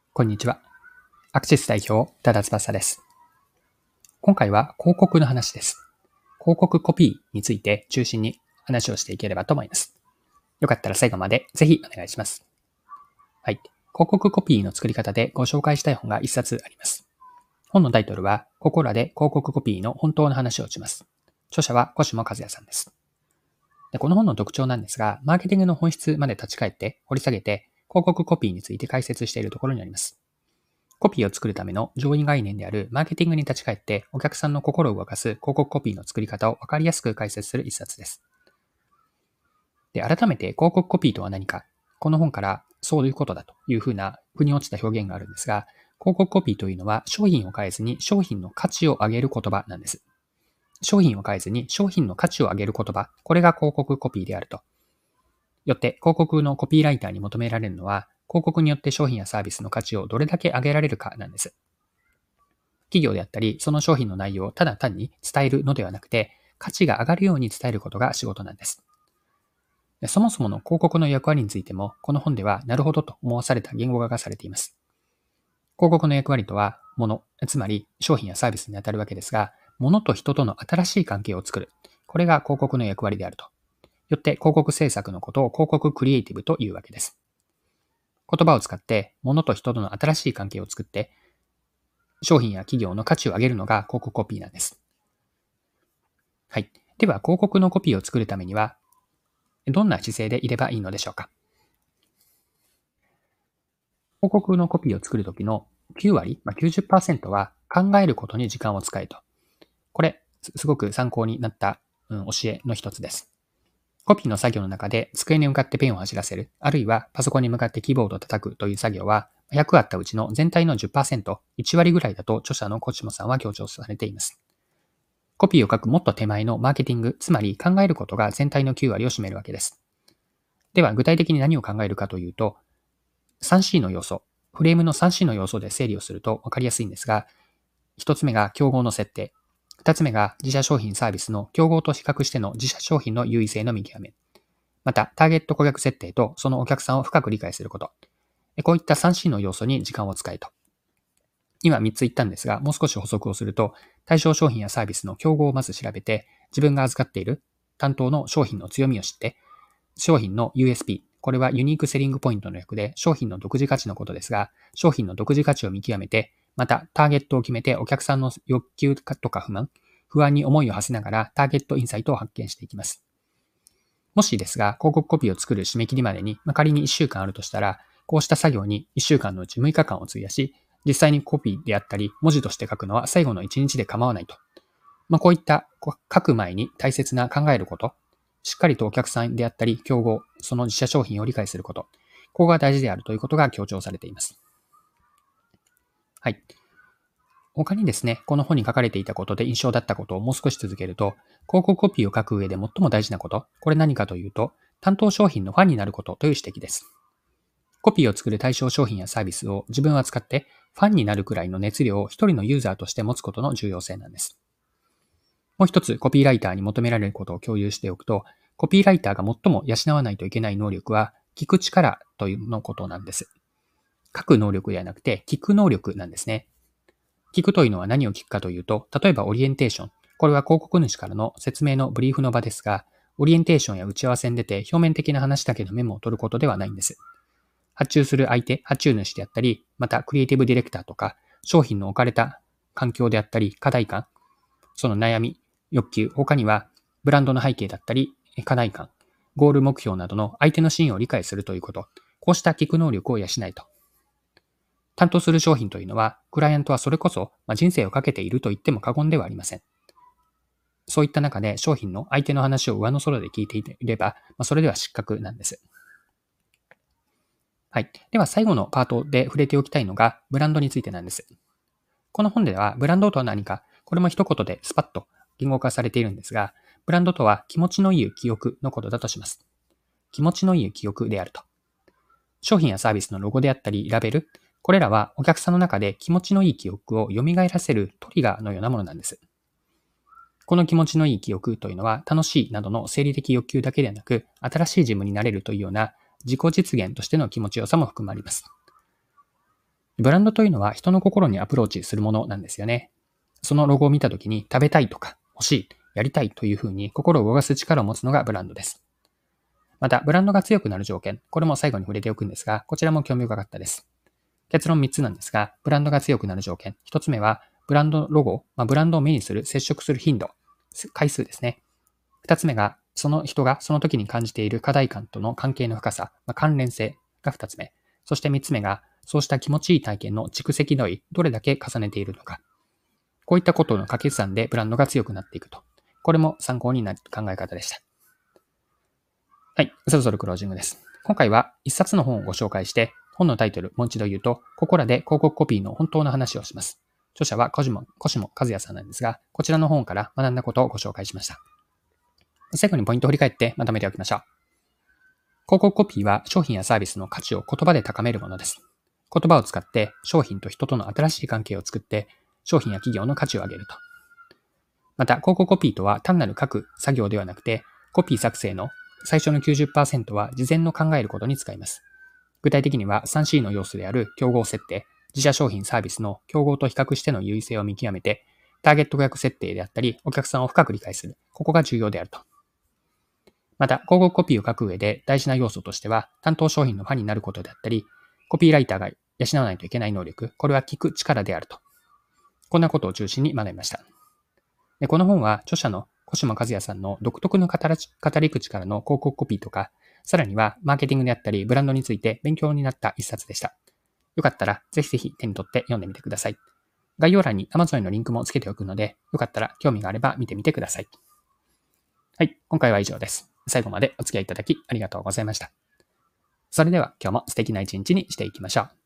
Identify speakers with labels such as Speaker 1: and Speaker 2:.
Speaker 1: こんにちは。アクシス代表、多田翼です。今回は広告の話です。広告コピーについて中心に話をしていければと思います。よかったら最後までぜひお願いします。はい。広告コピーの作り方でご紹介したい本が一冊あります。本のタイトルは、ここらで広告コピーの本当の話をします。著者は小下和也さんです。で、この本の特徴なんですが、マーケティングの本質まで立ち返って掘り下げて、広告コピーについて解説しているところになります。コピーを作るための上位概念であるマーケティングに立ち返ってお客さんの心を動かす広告コピーの作り方を分かりやすく解説する一冊です。で、改めて広告コピーとは何か、この本からそういうことだというふうな腑に落ちた表現があるんですが、広告コピーというのは商品を変えずに商品の価値を上げる言葉なんです。商品を変えずに商品の価値を上げる言葉、これが広告コピーであると。よって広告のコピーライターに求められるのは、広告によって商品やサービスの価値をどれだけ上げられるかなんです。企業であったり、その商品の内容をただ単に伝えるのではなくて、価値が上がるように伝えることが仕事なんです。そもそもの広告の役割についても、この本ではなるほどと思わされた言語化がされています。広告の役割とは、物、つまり商品やサービスに当たるわけですが、物と人との新しい関係を作る。これが広告の役割であると。よって広告制作のことを広告クリエイティブというわけです。言葉を使って物と人との新しい関係を作って、商品や企業の価値を上げるのが広告コピーなんです。はい。では、広告のコピーを作るためには、どんな姿勢でいればいいのでしょうか。広告のコピーを作るときの9割、90%は考えることに時間を使えと。これ、すごく参考になった、教えの一つです。コピーの作業の中で机に向かってペンを走らせる、あるいはパソコンに向かってキーボードを叩くという作業は、100あったうちの全体の 10%、1割ぐらいだと著者の小下さんは強調されています。コピーを書くもっと手前のマーケティング、つまり考えることが全体の9割を占めるわけです。では具体的に何を考えるかというと、3C の要素、フレームの 3C の要素で整理をすると分かりやすいんですが、1つ目が競合の設定、2つ目が自社商品サービスの競合と比較しての自社商品の優位性の見極め、またターゲット顧客設定とそのお客さんを深く理解すること、こういった 3C の要素に時間を使えと。今3つ言ったんですが、もう少し補足をすると、対象商品やサービスの競合をまず調べて、自分が預かっている担当の商品の強みを知って、商品の USP、これはユニークセリングポイントの略で、商品の独自価値のことですが、商品の独自価値を見極めて、またターゲットを決めてお客さんの欲求とか不満、不安に思いを馳せながらターゲットインサイトを発見していきます。もしですが、広告コピーを作る締め切りまでに、仮に1週間あるとしたら、こうした作業に1週間のうち6日間を費やし、実際にコピーであったり、文字として書くのは最後の1日で構わないと。こういった書く前に大切な考えること、しっかりとお客さんであったり、競合、その自社商品を理解すること、ここが大事であるということが強調されています。はい。他にですね、この本に書かれていたことで印象だったことをもう少し続けると、広告コピーを書く上で最も大事なこと、これ何かというと、担当商品のファンになることという指摘です。コピーを作る対象商品やサービスを自分は使ってファンになるくらいの熱量を一人のユーザーとして持つことの重要性なんです。もう一つコピーライターに求められることを共有しておくと、コピーライターが最も養わないといけない能力は聞く力というのことなんです。書く能力ではなくて聞く能力なんですね。聞くというのは何を聞くかというと、例えばオリエンテーション。これは広告主からの説明のブリーフの場ですが、オリエンテーションや打ち合わせに出て表面的な話だけのメモを取ることではないんです。発注する相手、発注主であったり、またクリエイティブディレクターとか、商品の置かれた環境であったり、課題感、その悩み、欲求、他にはブランドの背景だったり、課題感、ゴール目標などの相手の真意を理解するということ、こうした聞く能力を養えと。担当する商品というのは、クライアントはそれこそ人生をかけていると言っても過言ではありません。そういった中で商品の相手の話を上の空で聞いていれば、それでは失格なんです。はい。では最後のパートで触れておきたいのが、ブランドについてなんです。この本では、ブランドとは何か、これも一言でスパッと言語化されているんですが、ブランドとは気持ちのいい記憶のことだとします。気持ちのいい記憶であると。商品やサービスのロゴであったり、ラベル、これらはお客さんの中で気持ちのいい記憶を蘇らせるトリガーのようなものなんです。この気持ちのいい記憶というのは、楽しいなどの生理的欲求だけではなく、新しい自分になれるというような自己実現としての気持ちよさも含まれます。 ブランドというのは人の心にアプローチするものなんですよね。そのロゴを見たときに食べたいとか欲しい、やりたいというふうに心を動かす力を持つのがブランドです。また、ブランドが強くなる条件、これも最後に触れておくんですが、こちらも興味深かったです。結論3つなんですが、ブランドが強くなる条件。1つ目は、ブランドロゴ、ブランドを目にする、接触する頻度、回数ですね。2つ目が、その人がその時に感じている課題感との関係の深さ、関連性が2つ目。そして3つ目が、そうした気持ちいい体験の蓄積度合い、どれだけ重ねているのか。こういったことの掛け算でブランドが強くなっていくと。これも参考になる考え方でした。はい、そろそろクロージングです。今回は一冊の本をご紹介して、本のタイトル、もう一度言うと、ここらで広告コピーの本当の話をします。著者は小下和也さんなんですが、こちらの本から学んだことをご紹介しました。最後にポイントを振り返ってまとめておきましょう。広告コピーは商品やサービスの価値を言葉で高めるものです。言葉を使って商品と人との新しい関係を作って、商品や企業の価値を上げると。また、広告コピーとは単なる書く作業ではなくて、コピー作成の最初の 90% は事前の考えることに使います。具体的には 3C の要素である競合設定、自社商品サービスの競合と比較しての優位性を見極めて、ターゲット顧客設定であったり、お客さんを深く理解する。ここが重要であると。また、広告コピーを書く上で大事な要素としては、担当商品のファンになることであったり、コピーライターが養わないといけない能力、これは聞く力であると。こんなことを中心に学びました。で、この本は著者の小下和也さんの独特の語り口からの広告コピーとか、さらにはマーケティングであったりブランドについて勉強になった一冊でした。よかったらぜひぜひ手に取って読んでみてください。概要欄に Amazon へのリンクもつけておくので、よかったら興味があれば見てみてください。はい、今回は以上です。最後までお付き合いいただきありがとうございました。それでは今日も素敵な一日にしていきましょう。